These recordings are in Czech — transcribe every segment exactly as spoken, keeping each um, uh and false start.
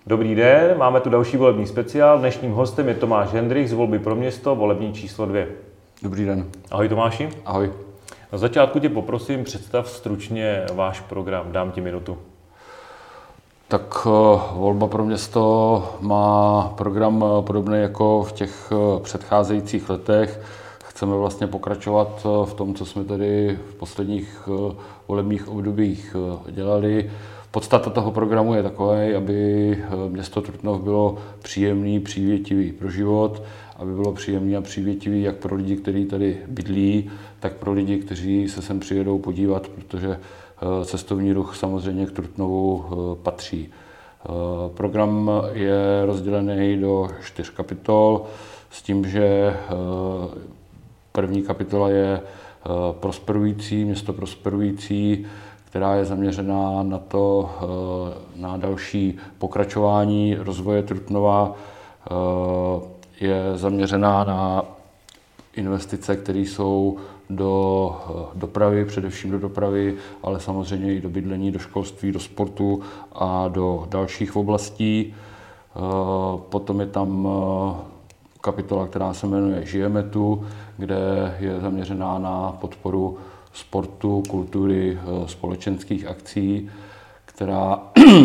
Dobrý den, máme tu další volební speciál. Dnešním hostem je Tomáš Hendrych z Volby pro město, volební číslo dvě. Dobrý den. Ahoj Tomáši. Ahoj. Na začátku tě poprosím, představ stručně váš program, dám ti minutu. Tak Volba pro město má program podobný jako v těch předcházejících letech. Chceme vlastně pokračovat v tom, co jsme tady v posledních volebních obdobích dělali. Podstata toho programu je takové, aby město Trutnov bylo příjemný, přívětivý pro život, aby bylo příjemný a přívětivý jak pro lidi, kteří tady bydlí, tak pro lidi, kteří se sem přijedou podívat, protože cestovní ruch samozřejmě k Trutnovu patří. Program je rozdělený do čtyř kapitol s tím, že první kapitola je prosperující, město prosperující, která je zaměřená na to, na další pokračování rozvoje Trutnova, je zaměřená na investice, které jsou do dopravy, především do dopravy, ale samozřejmě i do bydlení, do školství, do sportu a do dalších oblastí. Potom je tam kapitola, která se jmenuje Žijeme tu, kde je zaměřená na podporu sportu, kultury, společenských akcí, která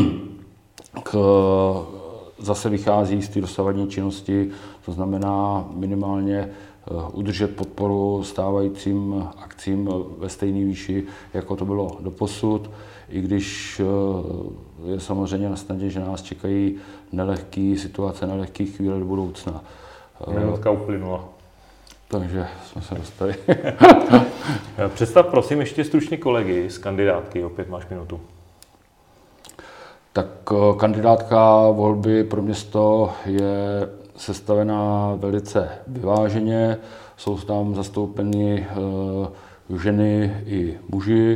k, zase vychází z té dosavadní činnosti, to znamená minimálně udržet podporu stávajícím akcím ve stejné výši, jako to bylo doposud, i když je samozřejmě na snadě, že nás čekají nelehké situace, nelehké chvíle do budoucna. Minutka uplynula. Takže jsme se dostali. Představ prosím ještě stručně kolegy z kandidátky, opět máš minutu. Tak kandidátka Volby pro město je sestavená velice vyváženě, jsou tam zastoupeny ženy i muži.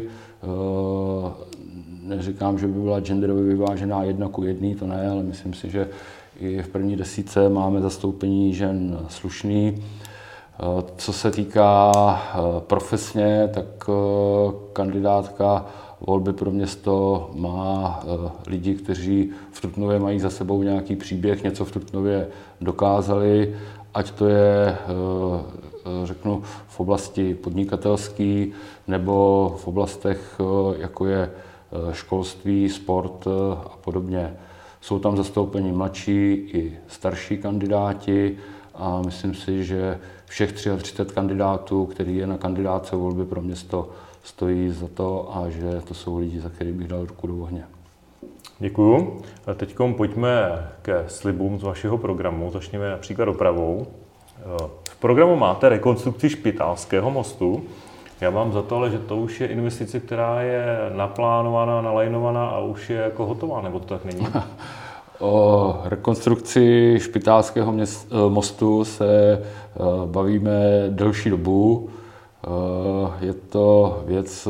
Neříkám, že by byla genderově vyvážená jedna ku jedný, to ne, ale myslím si, že i v první desítce máme zastoupení žen slušný. Co se týká profesně, tak kandidátka Volby pro město má lidi, kteří v Trutnově mají za sebou nějaký příběh, něco v Trutnově dokázali, ať to je, řeknu, v oblasti podnikatelské nebo v oblastech, jako je školství, sport a podobně. Jsou tam zastoupeni mladší i starší kandidáti a myslím si, že všech třicet tři kandidátů, který je na kandidátce Volby pro město, stojí za to a že to jsou lidi, za který bych dal ruku do ohně. Děkuju. A teď pojďme ke slibům z vašeho programu. Začněme například dopravou. V programu máte rekonstrukci Špitálského mostu. Já mám za to, ale že to už je investice, která je naplánovaná, nalajnovaná a už je jako hotová, nebo to tak není? O rekonstrukci Špitálského měst, mostu se bavíme delší dobu. Je to věc,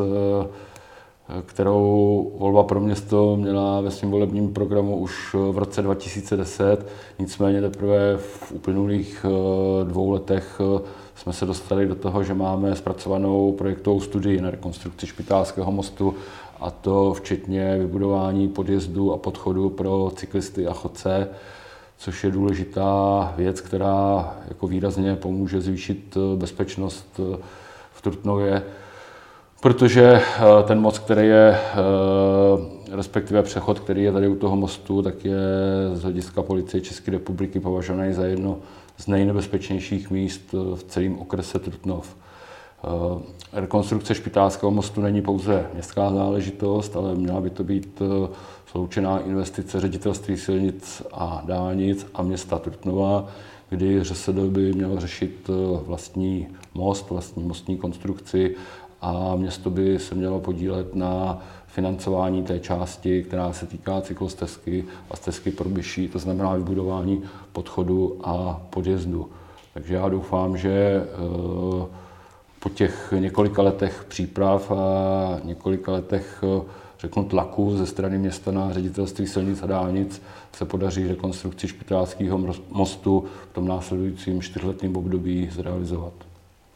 kterou Volba pro město měla ve svém volebním programu už v roce dva tisíce deset. Nicméně teprve v uplynulých dvou letech jsme se dostali do toho, že máme zpracovanou projektovou studii na rekonstrukci Špitálského mostu, a to včetně vybudování podjezdu a podchodu pro cyklisty a chodce, což je důležitá věc, která jako výrazně pomůže zvýšit bezpečnost v Trutnově, protože ten most, který je, respektive přechod, který je tady u toho mostu, tak je z hlediska Policie České republiky považovaný za jedno z nejnebezpečnějších míst v celém okrese Trutnov. Rekonstrukce Špitálského mostu není pouze městská záležitost, ale měla by to být sloučená investice Ředitelství silnic a dálnic a města Trutnova, kdy ŘSD by mělo řešit vlastní most, vlastní mostní konstrukci a město by se mělo podílet na financování té části, která se týká cyklostezky a stezky pro pěší, to znamená vybudování podchodu a podjezdu. Takže já doufám, že po těch několika letech příprav a několika letech, řeknu, tlaku ze strany města na Ředitelství silnic a dálnic se podaří rekonstrukci Špitálského mostu v tom následujícím čtyřletém období zrealizovat.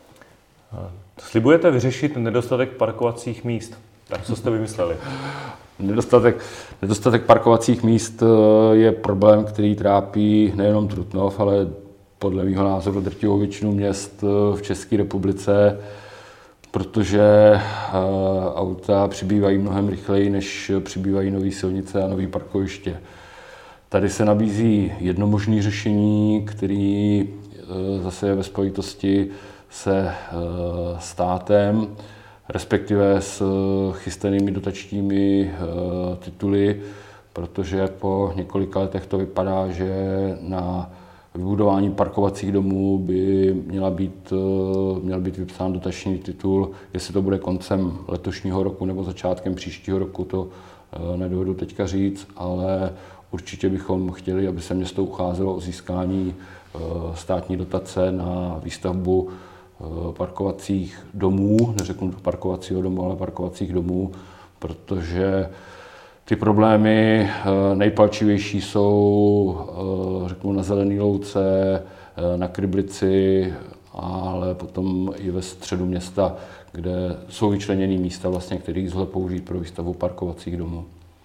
Slibujete vyřešit nedostatek parkovacích míst. Tak co jste vymysleli? Nedostatek, nedostatek parkovacích míst je problém, který trápí nejenom Trutnov, ale podle mého názoru drtivou většinu měst v České republice, protože auta přibývají mnohem rychleji, než přibývají nové silnice a nové parkoviště. Tady se nabízí jedno možné řešení, který zase je ve spojitosti se státem, respektive s chystanými dotačními tituly, protože po několika letech to vypadá, že na vybudování parkovacích domů by měla být, měl být vypsán dotační titul. Jestli to bude koncem letošního roku nebo začátkem příštího roku, to nedovedu teďka říct, ale určitě bychom chtěli, aby se město ucházelo o získání státní dotace na výstavbu parkovacích domů, neřeknu to parkovacího domu, ale parkovacích domů, protože ty problémy nejpalčivější jsou, řeknu, na Zelené louce, na Kryblici, ale potom i ve středu města, kde jsou vyčleněné místa, vlastně, které lze použít pro výstavbu parkovacích domů.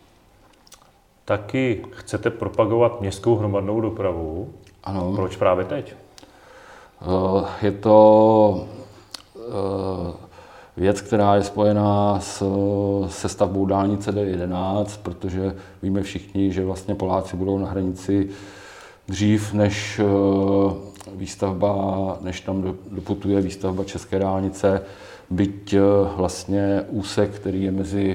Taky chcete propagovat městskou hromadnou dopravu. Ano. Proč právě teď? Je to věc, která je spojená s, se stavbou dálnice D jedenáct, protože víme všichni, že vlastně Poláci budou na hranici dřív, než výstavba, než tam doputuje výstavba české dálnice, byť vlastně úsek, který je mezi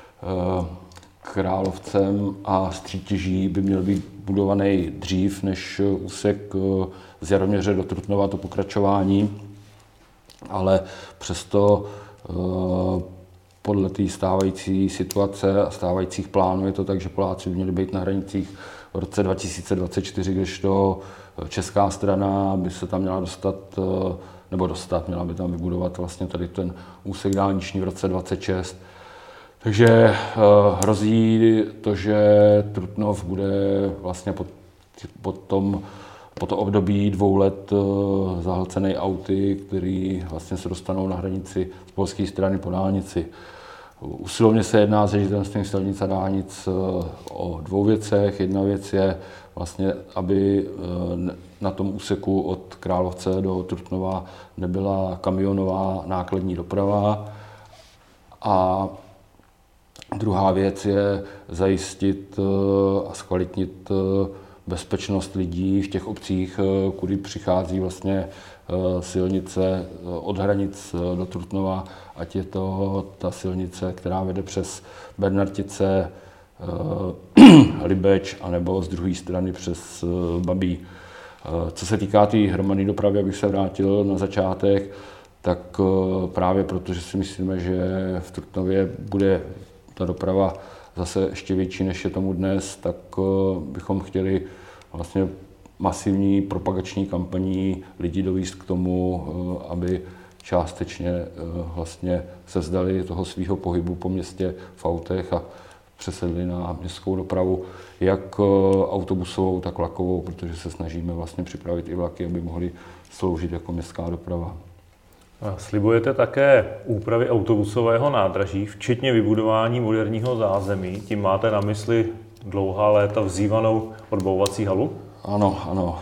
Královcem a Stříteží, by měl být budovaný dřív než úsek z Jaroměře do Trutnova, to pokračování, ale přesto podle té stávající situace a stávajících plánů je to tak, že Poláci by měli být na hranicích v roce dva tisíce dvacet čtyři, kdežto česká strana by se tam měla dostat, nebo dostat, měla by tam vybudovat vlastně tady ten úsek dálniční v roce dvacet šest. Takže hrozí to, že Trutnov bude vlastně pod, pod, tom, pod to období dvou let zahlcený auty, který vlastně se dostanou na hranici z polské strany po dálnici. Usilovně se jedná se ředitelstvím silnic a dálnic o dvou věcech. Jedna věc je vlastně, aby na tom úseku od Královce do Trutnova nebyla kamionová nákladní doprava. A druhá věc je zajistit a zkvalitnit bezpečnost lidí v těch obcích, kudy přichází vlastně silnice od hranic do Trutnova, ať je to ta silnice, která vede přes Bernartice, Libeč, anebo z druhé strany přes Babí. Co se týká té tý hromadné dopravy, abych se vrátil na začátek, tak právě protože si myslíme, že v Trutnově bude ta doprava zase ještě větší, než je tomu dnes, tak bychom chtěli vlastně masivní propagační kampaní lidí dovést k tomu, aby částečně vlastně se vzdali toho svého pohybu po městě v autech a přesedli na městskou dopravu, jak autobusovou, tak vlakovou, protože se snažíme vlastně připravit i vlaky, aby mohly sloužit jako městská doprava. Slibujete také úpravy autobusového nádraží, včetně vybudování moderního zázemí. Tím máte na mysli dlouhá léta vzývanou odbouvací halu? Ano, ano.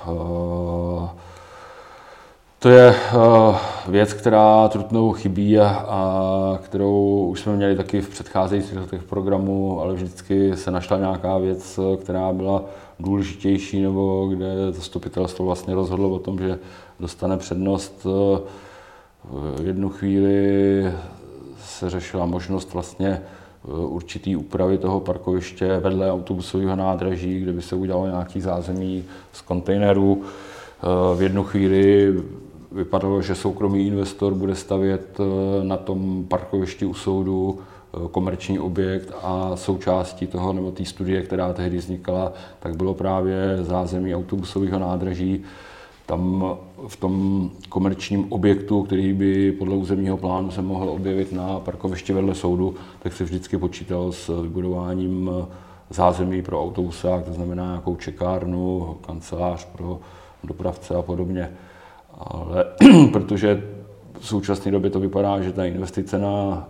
To je věc, která Trutnovu chybí a, a kterou už jsme měli taky v předcházejících letech programu, ale vždycky se našla nějaká věc, která byla důležitější, nebo kde zastupitelstvo vlastně rozhodlo o tom, že dostane přednost. V jednu chvíli se řešila možnost vlastně určitý úpravy toho parkoviště vedle autobusového nádraží, kde by se udělalo nějaký zázemí z kontejnerů. V jednu chvíli vypadalo, že soukromý investor bude stavět na tom parkovišti u soudu komerční objekt a součástí toho, nebo té studie, která tehdy vznikala, tak bylo právě zázemí autobusového nádraží. Tam v tom komerčním objektu, který by podle územního plánu se mohl objevit na parkovišti vedle soudu, tak se vždycky počítal s vybudováním zázemí pro autobusák, to znamená nějakou čekárnu, kancelář pro dopravce a podobně. Ale protože v současné době to vypadá, že ta investice na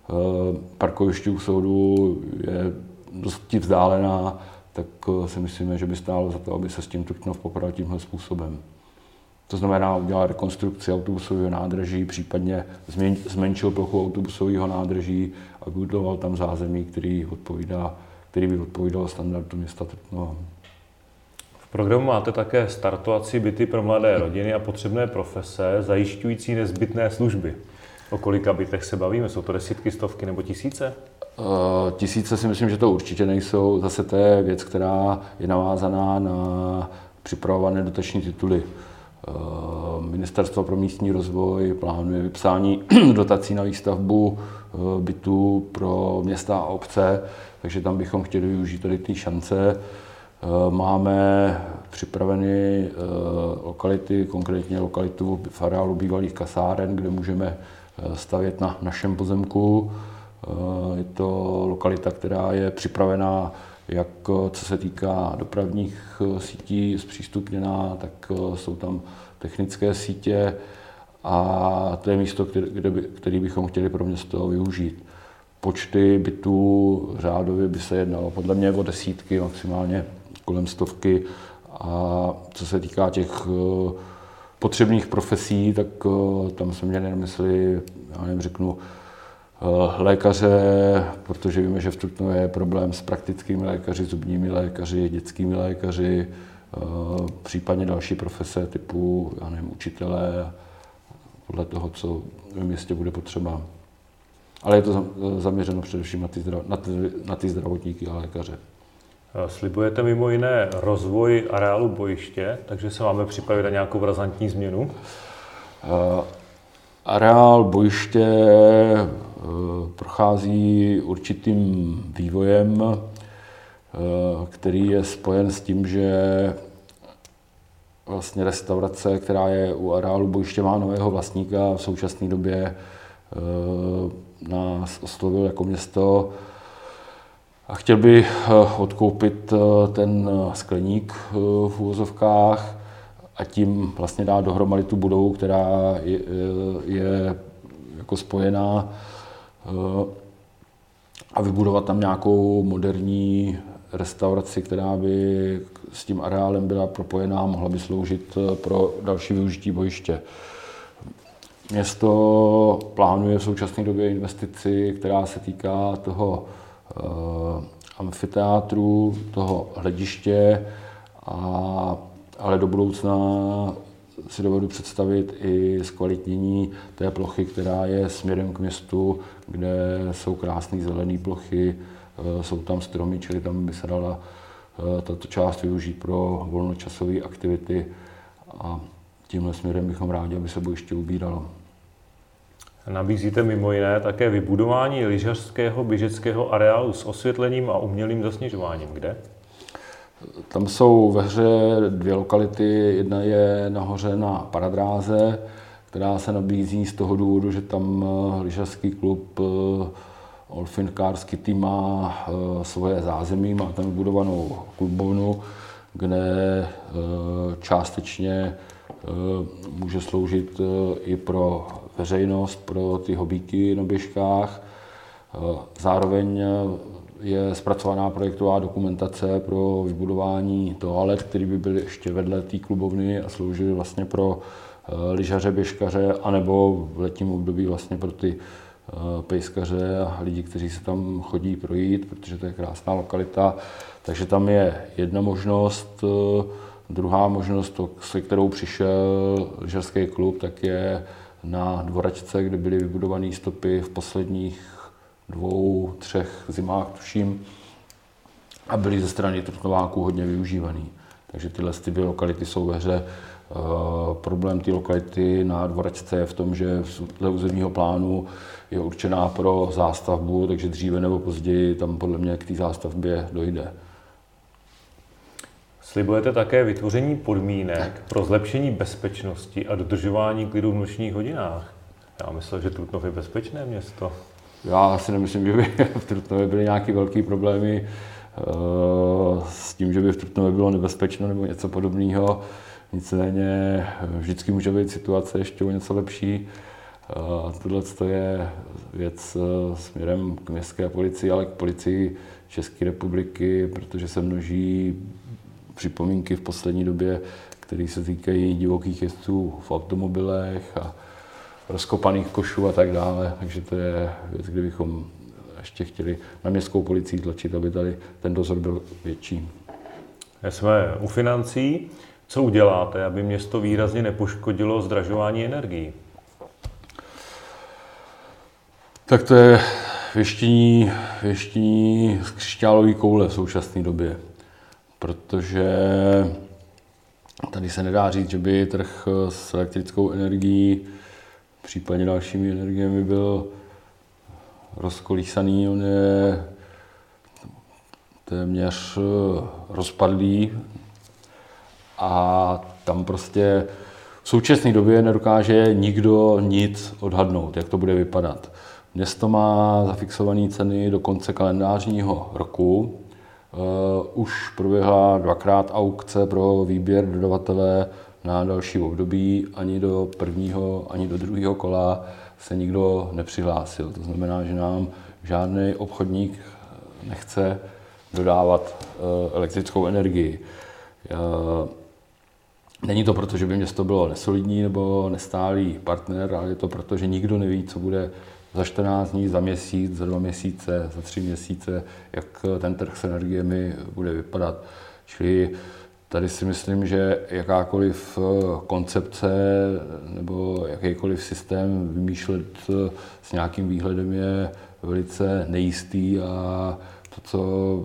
parkoviště u soudu je dosti vzdálená, tak si myslíme, že by stálo za to, aby se s tím Trutnov popral tímhle způsobem. To znamená udělat rekonstrukci autobusového nádraží, případně zmenšil plochu autobusového nádraží a vybudoval tam zázemí, který, odpovídá, který by odpovídal standardu města Trutnova. V programu máte také startovací byty pro mladé rodiny a potřebné profese, zajišťující nezbytné služby. O kolika bytech se bavíme? Jsou to desítky, stovky nebo tisíce? Uh, tisíce si myslím, že to určitě nejsou. Zase to je věc, která je navázaná na připravované dotační tituly. Uh, Ministerstvo pro místní rozvoj plánuje vypsání dotací na výstavbu uh, bytů pro města a obce, takže tam bychom chtěli využít tady ty šance. Uh, máme připraveny uh, lokality, konkrétně lokalitu v areálu bývalých kasáren, kde můžeme stavět na našem pozemku. Je to lokalita, která je připravená jak co se týká dopravních sítí zpřístupněná, tak jsou tam technické sítě a to je místo, kde by, který bychom chtěli pro město využít. Počty bytů řádově by se jednalo podle mě o desítky, maximálně kolem stovky. A co se týká těch potřebných profesí, tak tam jsme měli na mysli, já nevím, řeknu, lékaře, protože víme, že v Trutnově je problém s praktickými lékaři, zubními lékaři, dětskými lékaři, případně další profese typu, já nevím, učitelé, podle toho, co v městě bude potřeba. Ale je to zaměřeno především na ty, zdra, na ty, na ty zdravotníky a lékaře. Slibujete mimo jiné rozvoj areálu bojiště, takže se máme připravit na nějakou razantní změnu? Uh, areál bojiště uh, prochází určitým vývojem, uh, který je spojen s tím, že vlastně restaurace, která je u areálu bojiště, má nového vlastníka. V současné době uh, nás oslovil jako město a chtěl by odkoupit ten skleník v uvozovkách a tím vlastně dát dohromady tu budovu, která je, je jako spojená, a vybudovat tam nějakou moderní restauraci, která by s tím areálem byla propojená, mohla by sloužit pro další využití bojiště. Město plánuje v současné době investici, která se týká toho amfiteátru, toho hlediště, a, ale do budoucna si dovedu představit i zkvalitnění té plochy, která je směrem k městu, kde jsou krásné zelené plochy, jsou tam stromy, čili tam by se dala tato část využít pro volnočasové aktivity a tímhle směrem bychom rádi, aby se bojiště ubíralo. Nabízíte mimo jiné také vybudování lyžařského běžeckého areálu s osvětlením a umělým zasněžováním. Kde? Tam jsou ve hře dvě lokality. Jedna je nahoře na paradráze, která se nabízí z toho důvodu, že tam lyžařský klub Olfinkářský tým má svoje zázemí, má tam vybudovanou klubovnu, kde částečně může sloužit i pro veřejnost, pro ty hobíky na běžkách. Zároveň je zpracovaná projektová dokumentace pro vybudování toalet, který by byly ještě vedle té klubovny a sloužily vlastně pro lyžaře, běžkaře, anebo v letním období vlastně pro ty pejskaře a lidi, kteří se tam chodí projít, protože to je krásná lokalita. Takže tam je jedna možnost. Druhá možnost, se kterou přišel lyžařský klub, tak je na Dvoračce, kde byly vybudované stopy v posledních dvou, třech zimách, tuším, a byly ze strany Trutnováků hodně využívaný. Takže tyhle dvě lokality jsou ve hře. E, problém té lokality na Dvoračce je v tom, že dle územního plánu je určená pro zástavbu, takže dříve nebo později tam podle mě k té zástavbě dojde. Slibujete také vytvoření podmínek pro zlepšení bezpečnosti a dodržování klidu v nočních hodinách. Já myslím, že Trutnov je bezpečné město. Já si nemyslím, že by v Trutnově byly nějaké velké problémy s tím, že by v Trutnově bylo nebezpečno nebo něco podobného. Nicméně vždycky může být situace ještě o něco lepší. Tohle je věc směrem k městské policii, ale k policii České republiky, protože se množí připomínky v poslední době, které se týkají divokých jezdců v automobilech a rozkopaných košů a tak dále. Takže to je věc, kde bychom ještě chtěli na městskou policii tlačit, aby tady ten dozor byl větší. Jsme u financí. Co uděláte, aby město výrazně nepoškodilo zdražování energií? Tak to je věštění, věštění z křišťálové koule v současné době. Protože tady se nedá říct, že by trh s elektrickou energií, případně dalšími energiemi byl rozkolísaný. On je téměř rozpadlý a tam prostě v současné době nedokáže nikdo nic odhadnout, jak to bude vypadat. Město má zafixované ceny do konce kalendářního roku. Uh, už proběhla dvakrát aukce pro výběr dodavatele na další období. Ani do prvního, ani do druhého kola se nikdo nepřihlásil. To znamená, že nám žádný obchodník nechce dodávat uh, elektrickou energii. Uh, není to proto, že by město bylo nesolidní nebo nestálý partner, ale je to proto, že nikdo neví, co bude za čtrnáct dní, za měsíc, za dva měsíce, za tři měsíce, jak ten trh s energiemi bude vypadat. Čili tady si myslím, že jakákoliv koncepce nebo jakýkoliv systém vymýšlet s nějakým výhledem je velice nejistý a to, co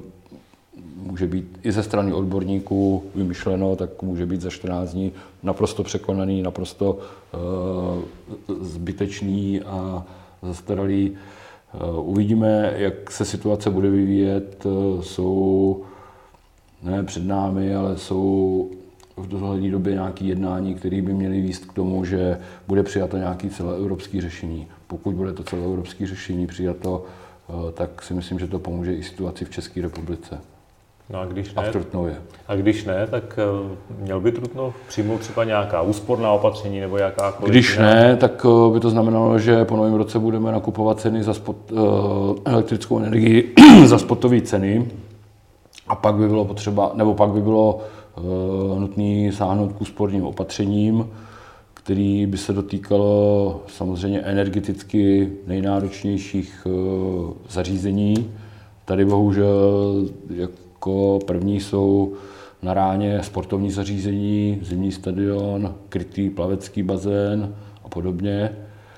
může být i ze strany odborníků vymyšleno, tak může být za čtrnáct dní naprosto překonaný, naprosto uh, zbytečný a zastaralý. Uvidíme, jak se situace bude vyvíjet. Jsou ne před námi, ale jsou v dohledné době nějaké jednání, které by měly vést k tomu, že bude přijato nějaké celoevropské řešení. Pokud bude to celoevropské řešení přijato, tak si myslím, že to pomůže i situaci v České republice. No a když ne, a v Trutnově. A když ne, tak měl by Trutnov přijmout třeba nějaká úsporná opatření nebo jakákoliv? Když ne, tak by to znamenalo, že po novém roce budeme nakupovat ceny za spot, uh, elektrickou energii za spotové ceny a pak by bylo potřeba, nebo pak by bylo uh, nutné sáhnout k úsporným opatřením, který by se dotýkalo samozřejmě energeticky nejnáročnějších uh, zařízení. Tady bohužel jako první jsou na ráně sportovní zařízení, zimní stadion, krytý plavecký bazén a podobně.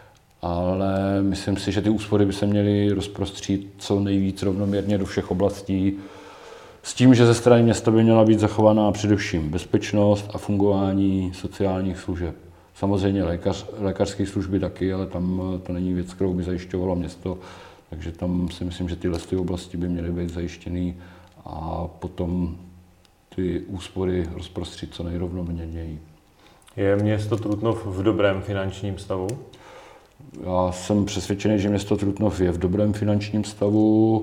Ale myslím si, že ty úspory by se měly rozprostřít co nejvíc rovnoměrně do všech oblastí. S tím, že ze strany města by měla být zachovaná především bezpečnost a fungování sociálních služeb. Samozřejmě lékař, lékařské služby taky, ale tam to není věc, kterou by zajišťovalo město. Takže tam si myslím, že tyhle ty oblasti by měly být zajištěny a potom ty úspory rozprostřít co nejrovnoměrněji. Je město Trutnov v dobrém finančním stavu? Já jsem přesvědčený, že město Trutnov je v dobrém finančním stavu.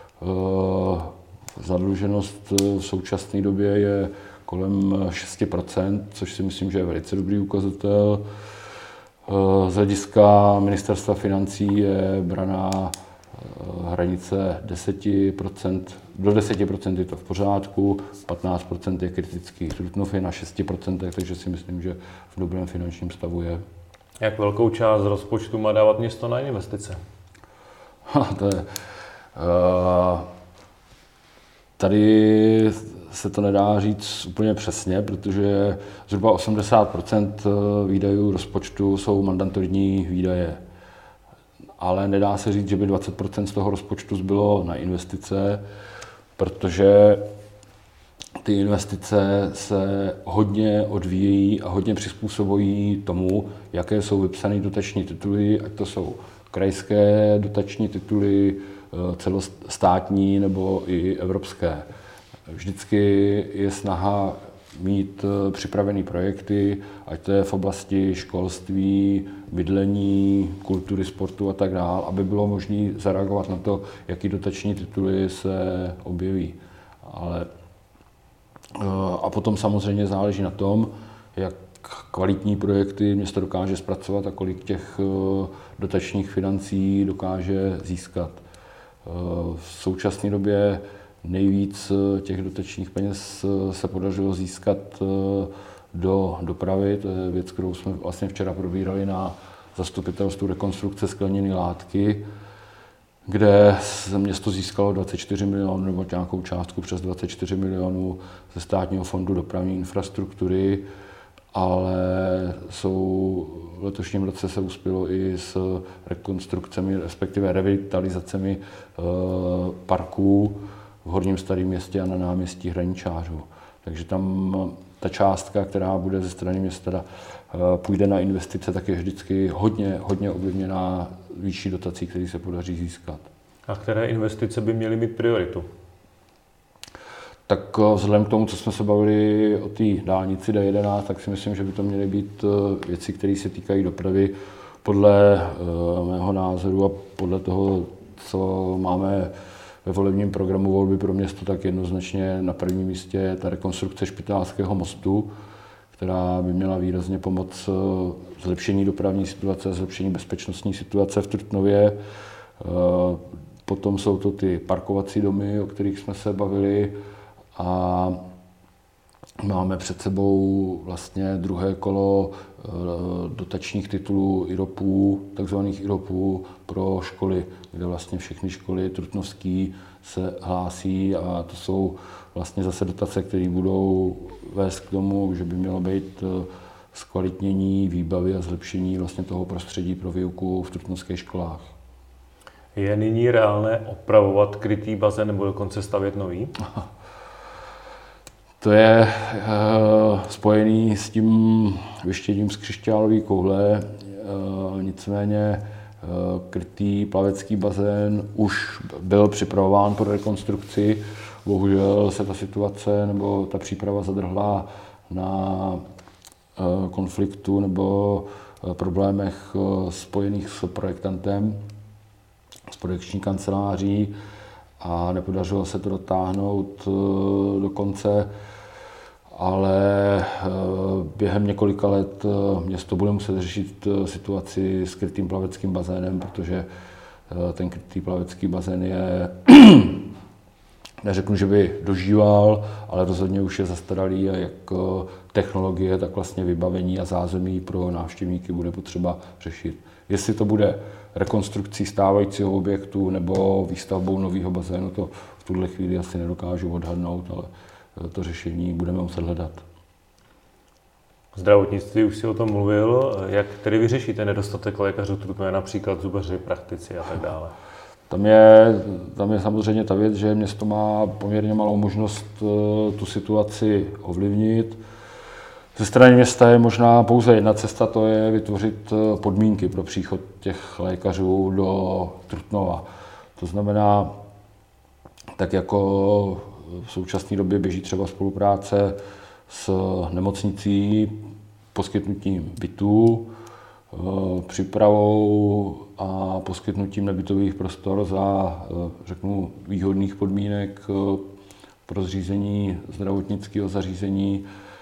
Zadluženost v současné době je kolem šest procent, což si myslím, že je velice dobrý ukazatel. Z hlediska ministerstva financí je braná hranice deset procent, do deset procent je to v pořádku, patnáct procent je kritický. Trutnov je na šest procent, takže si myslím, že v dobrém finančním stavu je. Jak velkou část rozpočtu má dávat město na investice? Ha, to je, uh, tady se to nedá říct úplně přesně, protože zhruba osmdesát procent výdajů rozpočtu jsou mandatorní výdaje. Ale nedá se říct, že by dvacet procent z toho rozpočtu zbylo na investice, protože ty investice se hodně odvíjejí a hodně přizpůsobují tomu, jaké jsou vypsané dotační tituly, ať to jsou krajské dotační tituly, celostátní nebo i evropské. Vždycky je snaha mít připravené projekty, ať to je v oblasti školství, bydlení, kultury, sportu a tak dále, aby bylo možné zareagovat na to, jaký dotační tituly se objeví. Ale, a potom samozřejmě záleží na tom, jak kvalitní projekty město dokáže zpracovat a kolik těch dotačních financí dokáže získat. V současné době nejvíc těch dotačních peněz se podařilo získat do dopravy. To je věc, kterou jsme vlastně včera probírali na zastupitelstvu rekonstrukce skleněné látky, kde město získalo dvacet čtyři milionů nebo nějakou částku přes dvacet čtyři milionů ze Státního fondu dopravní infrastruktury, ale jsou, v letošním roce se uspělo i s rekonstrukcemi, respektive revitalizacemi e, parků v Horním Starém Městě a na náměstí Hraničářů. Takže tam ta částka, která bude ze strany města půjde na investice, tak je vždycky hodně, hodně ovlivněná výší dotací, které se podaří získat. A které investice by měly mít prioritu? Tak vzhledem k tomu, co jsme se bavili o té dálnici D jedenáct, tak si myslím, že by to měly být věci, které se týkají dopravy. Podle mého názoru a podle toho, co máme ve volebním programu Volby pro město, tak jednoznačně na prvním místě je ta rekonstrukce Špitálského mostu, která by měla výrazně pomoct zlepšení dopravní situace, zlepšení bezpečnostní situace v Trutnově. Potom jsou to ty parkovací domy, o kterých jsme se bavili, a máme před sebou vlastně druhé kolo dotačních titulů I R O Pů, takzvaných I R O Pů pro školy, kde vlastně všechny školy trutnovský se hlásí, a to jsou vlastně zase dotace, které budou vést k tomu, že by mělo být zkvalitnění výbavy a zlepšení vlastně toho prostředí pro výuku v trutnovských školách. Je nyní reálné opravovat krytý bazén nebo dokonce stavět nový? To je e, spojený s tím věštěním z křišťálové koule, e, nicméně e, krytý plavecký bazén už byl připravován pro rekonstrukci. Bohužel se ta situace nebo ta příprava zadrhla na e, konfliktu nebo e, problémech e, spojených s projektantem, s projekční kanceláří, a nepodařilo se to dotáhnout e, do konce. Ale během několika let město bude muset řešit situaci s krytým plaveckým bazénem, protože ten krytý plavecký bazén je, neřeknu, že by dožíval, ale rozhodně už je zastaralý, a jak technologie, tak vlastně vybavení a zázemí pro návštěvníky bude potřeba řešit. Jestli to bude rekonstrukcí stávajícího objektu nebo výstavbou nového bazénu, to v tuhle chvíli asi nedokážu odhadnout, ale to řešení budeme muset hledat. Zdravotnictví, už si o tom mluvil. Jak tedy vyřešíte nedostatek lékařů, Trutnově, například zubaři, praktici a tak dále? Tam je, tam je samozřejmě ta věc, že město má poměrně malou možnost tu situaci ovlivnit. Ze strany města je možná pouze jedna cesta, to je vytvořit podmínky pro příchod těch lékařů do Trutnova. To znamená, tak jako v současné době běží třeba spolupráce s nemocnicí, poskytnutím bytů, přípravou a poskytnutím nebytových prostor za, řeknu, výhodných podmínek pro zřízení zdravotnického zařízení.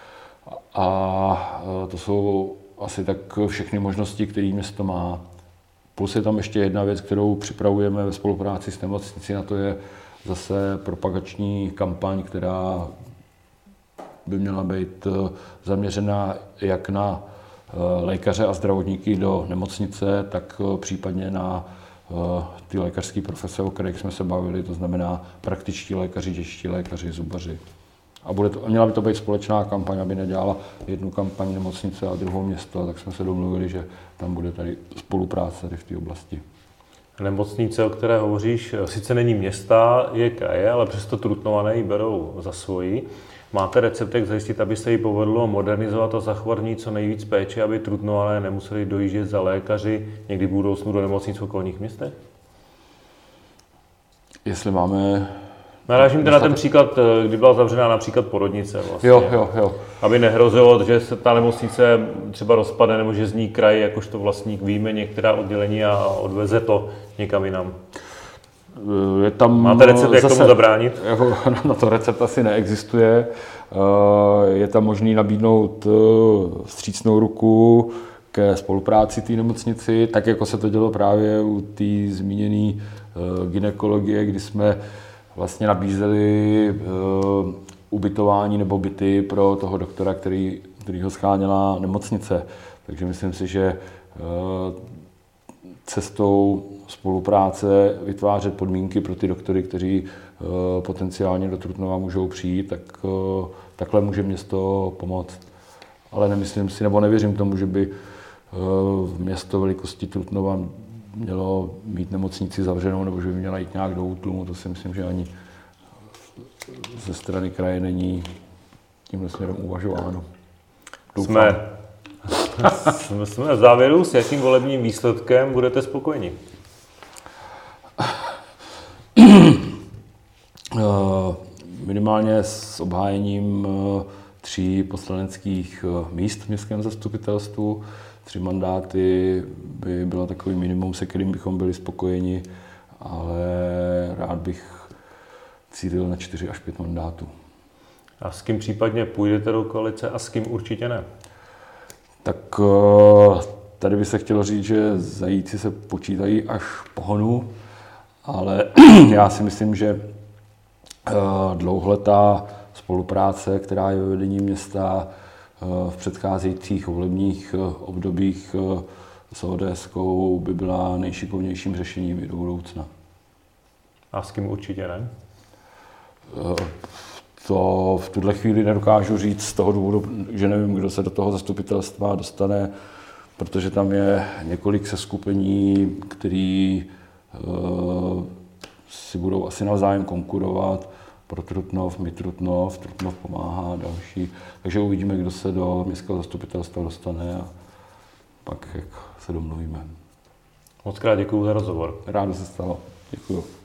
A to jsou asi tak všechny možnosti, které město má. Plus je tam ještě jedna věc, kterou připravujeme ve spolupráci s nemocnicí, na to je zase propagační kampaň, která by měla být zaměřena jak na lékaře a zdravotníky do nemocnice, tak případně na ty lékařské profese, o kterých jsme se bavili, to znamená praktičtí lékaři, dětští lékaři, zubaři. A bude to, měla by to být společná kampaň, aby nedělala jednu kampaň nemocnice a druhou město, tak jsme se domluvili, že tam bude tady spolupráce tady v té oblasti. Nemocnice, o které hovoříš, sice není města, je kraje, ale přesto Trutnované ji berou za svoji. Máte recept, jak zajistit, aby se jí povedlo modernizovat a zachovat v ní co nejvíc péče, aby Trutnované nemuseli dojíždět za lékaři někdy v budoucnu do nemocnic v okolních městech? Jestli máme... Narážím teda na ten příklad, kdy byla zavřená například porodnice vlastně. Jo, jo, jo. Aby nehrozilo, že se ta nemocnice třeba rozpadne, nebo že z ní kraj jakožto vlastník vyjme některá oddělení a odveze to někam jinam. Je tam Máte recept, jak zase, tomu zabránit? Jako, na to recept asi neexistuje. Je tam možný nabídnout vstřícnou ruku ke spolupráci té nemocnici, tak jako se to dělo právě u té zmíněné gynekologie, kdy jsme vlastně nabízeli ubytování nebo byty pro toho doktora, který, který ho scháněla nemocnice. Takže myslím si, že cestou spolupráce vytvářet podmínky pro ty doktory, kteří potenciálně do Trutnova můžou přijít, tak takhle může město pomoct. Ale nemyslím si, nebo nevěřím tomu, že by město velikosti Trutnova mělo mít nemocnici zavřenou, nebo že by měla jít nějak do útlumu. To si myslím, že ani ze strany kraje není tímhle směrem uvažováno. Jsme, jsme, jsme v závěru. S jakým volebním výsledkem budete spokojeni? Minimálně s obhájením tří poslaneckých míst v městském zastupitelstvu. Tři mandáty by bylo takový minimum, se kterým bychom byli spokojeni, ale rád bych cílil na čtyři až pět mandátů. A s kým případně půjdete do koalice a s kým určitě ne? Tak tady by se chtělo říct, že zajíci se počítají až po honu, ale já si myslím, že dlouholetá spolupráce, která je ve vedení města v předcházejících volebních obdobích s ODSkou, by byla nejšikovnějším řešením i do budoucna. A s kým určitě ne? To v tuhle chvíli nedokážu říct z toho důvodu, že nevím, kdo se do toho zastupitelstva dostane, protože tam je několik seskupení, který si budou asi navzájem konkurovat. Pro Trutnov, my Trutnov, Trutnov pomáhá a další. Takže uvidíme, kdo se do městského zastupitelstva dostane a pak jak se domluvíme. Moc krát děkuju za rozhovor. Rádo se stalo. Děkuju.